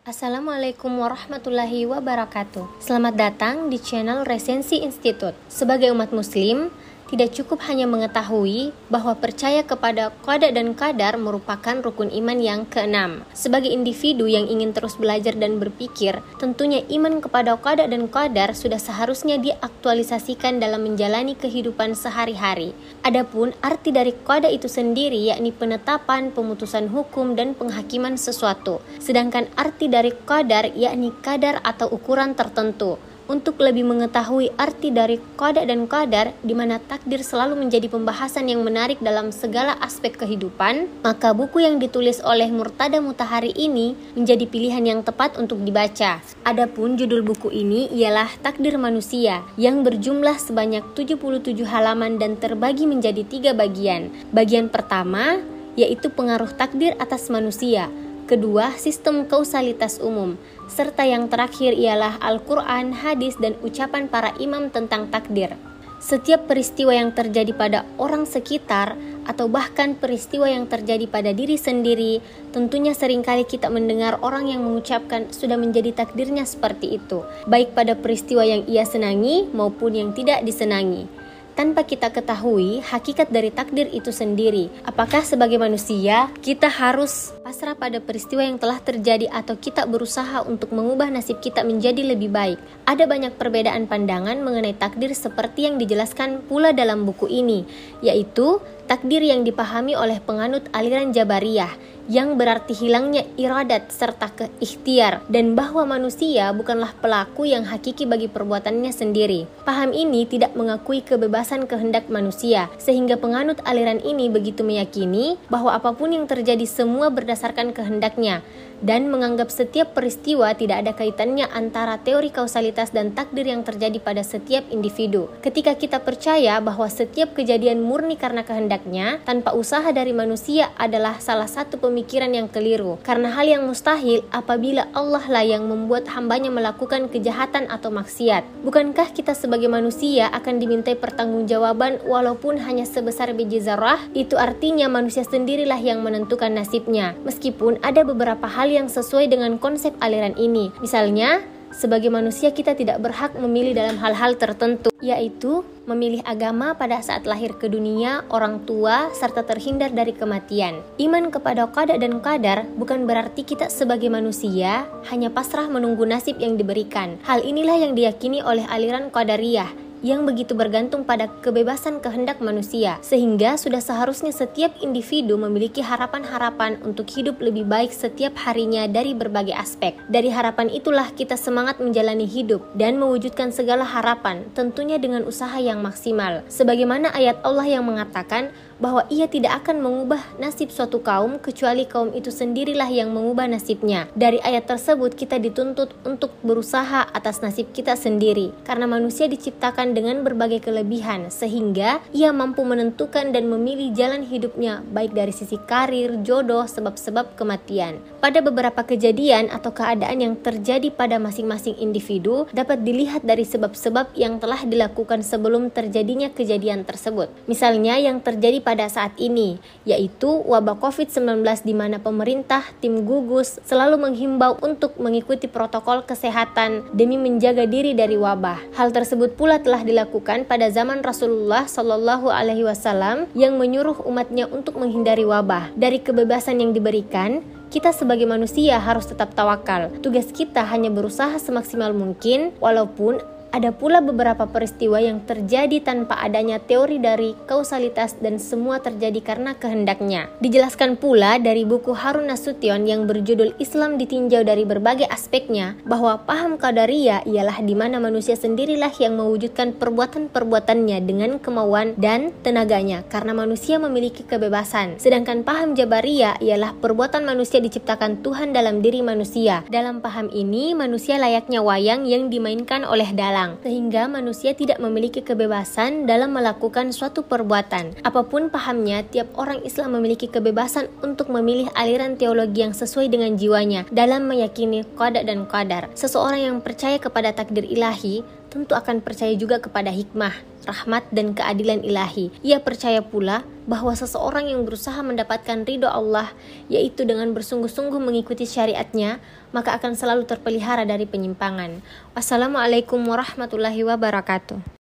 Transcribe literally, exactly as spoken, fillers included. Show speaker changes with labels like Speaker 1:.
Speaker 1: Assalamualaikum warahmatullahi wabarakatuh. Selamat datang di channel Resensi Institute. Sebagai umat muslim, tidak cukup hanya mengetahui bahwa percaya kepada qada dan qadar merupakan rukun iman yang keenam. Sebagai individu yang ingin terus belajar dan berpikir, tentunya iman kepada qada dan qadar sudah seharusnya diaktualisasikan dalam menjalani kehidupan sehari-hari. Adapun arti dari qada itu sendiri yakni penetapan, pemutusan hukum, dan penghakiman sesuatu. Sedangkan arti dari qadar yakni kadar atau ukuran tertentu. Untuk lebih mengetahui arti dari qada dan qadar, di mana takdir selalu menjadi pembahasan yang menarik dalam segala aspek kehidupan, maka buku yang ditulis oleh Murtada Mutahari ini menjadi pilihan yang tepat untuk dibaca. Adapun judul buku ini ialah Takdir Manusia, yang berjumlah sebanyak tujuh puluh tujuh halaman dan terbagi menjadi tiga bagian. Bagian pertama yaitu pengaruh takdir atas manusia. Kedua, sistem kausalitas umum, serta yang terakhir ialah Al-Quran, hadis, dan ucapan para imam tentang takdir. Setiap peristiwa yang terjadi pada orang sekitar, atau bahkan peristiwa yang terjadi pada diri sendiri, tentunya seringkali kita mendengar orang yang mengucapkan sudah menjadi takdirnya seperti itu, baik pada peristiwa yang ia senangi maupun yang tidak disenangi. Tanpa kita ketahui hakikat dari takdir itu sendiri. Apakah sebagai manusia kita harus pasrah pada peristiwa yang telah terjadi atau kita berusaha untuk mengubah nasib kita menjadi lebih baik? Ada banyak perbedaan pandangan mengenai takdir seperti yang dijelaskan pula dalam buku ini, yaitu takdir yang dipahami oleh penganut aliran Jabariyah, yang berarti hilangnya iradat serta keikhtiar, dan bahwa manusia bukanlah pelaku yang hakiki bagi perbuatannya sendiri. Paham ini tidak mengakui kebebasan kehendak manusia, sehingga penganut aliran ini begitu meyakini bahwa apapun yang terjadi semua berdasarkan kehendaknya, dan menganggap setiap peristiwa tidak ada kaitannya antara teori kausalitas dan takdir yang terjadi pada setiap individu. Ketika kita percaya bahwa setiap kejadian murni karena kehendaknya, tanpa usaha dari manusia adalah salah satu pemikiran yang keliru, karena hal yang mustahil apabila Allah lah yang membuat hambanya melakukan kejahatan atau maksiat. Bukankah kita sebagai manusia akan dimintai pertanggungjawaban walaupun hanya sebesar biji zarrah? Itu artinya manusia sendirilah yang menentukan nasibnya, meskipun ada beberapa hal yang sesuai dengan konsep aliran ini. Misalnya, sebagai manusia kita tidak berhak memilih dalam hal-hal tertentu, yaitu memilih agama pada saat lahir ke dunia, orang tua, serta terhindar dari kematian. Iman kepada qada dan qadar bukan berarti kita sebagai manusia hanya pasrah menunggu nasib yang diberikan. Hal inilah yang diyakini oleh aliran Qadariyah, yang begitu bergantung pada kebebasan kehendak manusia, sehingga sudah seharusnya setiap individu memiliki harapan-harapan untuk hidup lebih baik setiap harinya dari berbagai aspek. Dari harapan itulah kita semangat menjalani hidup dan mewujudkan segala harapan, tentunya dengan usaha yang maksimal. Sebagaimana ayat Allah yang mengatakan bahwa ia tidak akan mengubah nasib suatu kaum kecuali kaum itu sendirilah yang mengubah nasibnya. Dari ayat tersebut kita dituntut untuk berusaha atas nasib kita sendiri, karena manusia diciptakan dengan berbagai kelebihan sehingga ia mampu menentukan dan memilih jalan hidupnya, baik dari sisi karir, jodoh, sebab-sebab kematian. Pada beberapa kejadian atau keadaan yang terjadi pada masing-masing individu dapat dilihat dari sebab-sebab yang telah dilakukan sebelum terjadinya kejadian tersebut. Misalnya yang terjadi pada pada saat ini, yaitu wabah covid sembilan belas, di mana pemerintah tim gugus selalu menghimbau untuk mengikuti protokol kesehatan demi menjaga diri dari wabah. Hal tersebut pula telah dilakukan pada zaman Rasulullah Shallallahu Alaihi Wasallam yang menyuruh umatnya untuk menghindari wabah. Dari kebebasan yang diberikan, kita sebagai manusia harus tetap tawakal. Tugas kita hanya berusaha semaksimal mungkin, walaupun ada pula beberapa peristiwa yang terjadi tanpa adanya teori dari kausalitas dan semua terjadi karena kehendaknya. Dijelaskan pula dari buku Harun Nasution yang berjudul Islam Ditinjau dari Berbagai Aspeknya bahwa paham Qadariyah ialah di mana manusia sendirilah yang mewujudkan perbuatan-perbuatannya dengan kemauan dan tenaganya, karena manusia memiliki kebebasan. Sedangkan paham Jabariyah ialah perbuatan manusia diciptakan Tuhan dalam diri manusia. Dalam paham ini, manusia layaknya wayang yang dimainkan oleh dalang, sehingga manusia tidak memiliki kebebasan dalam melakukan suatu perbuatan. Apapun pahamnya, tiap orang Islam memiliki kebebasan untuk memilih aliran teologi yang sesuai dengan jiwanya dalam meyakini qada dan qadar. Seseorang yang percaya kepada takdir ilahi tentu akan percaya juga kepada hikmah, rahmat, dan keadilan ilahi. Ia percaya pula bahwa seseorang yang berusaha mendapatkan ridho Allah, yaitu dengan bersungguh-sungguh mengikuti syariatnya, maka akan selalu terpelihara dari penyimpangan. Wassalamualaikum warahmatullahi wabarakatuh.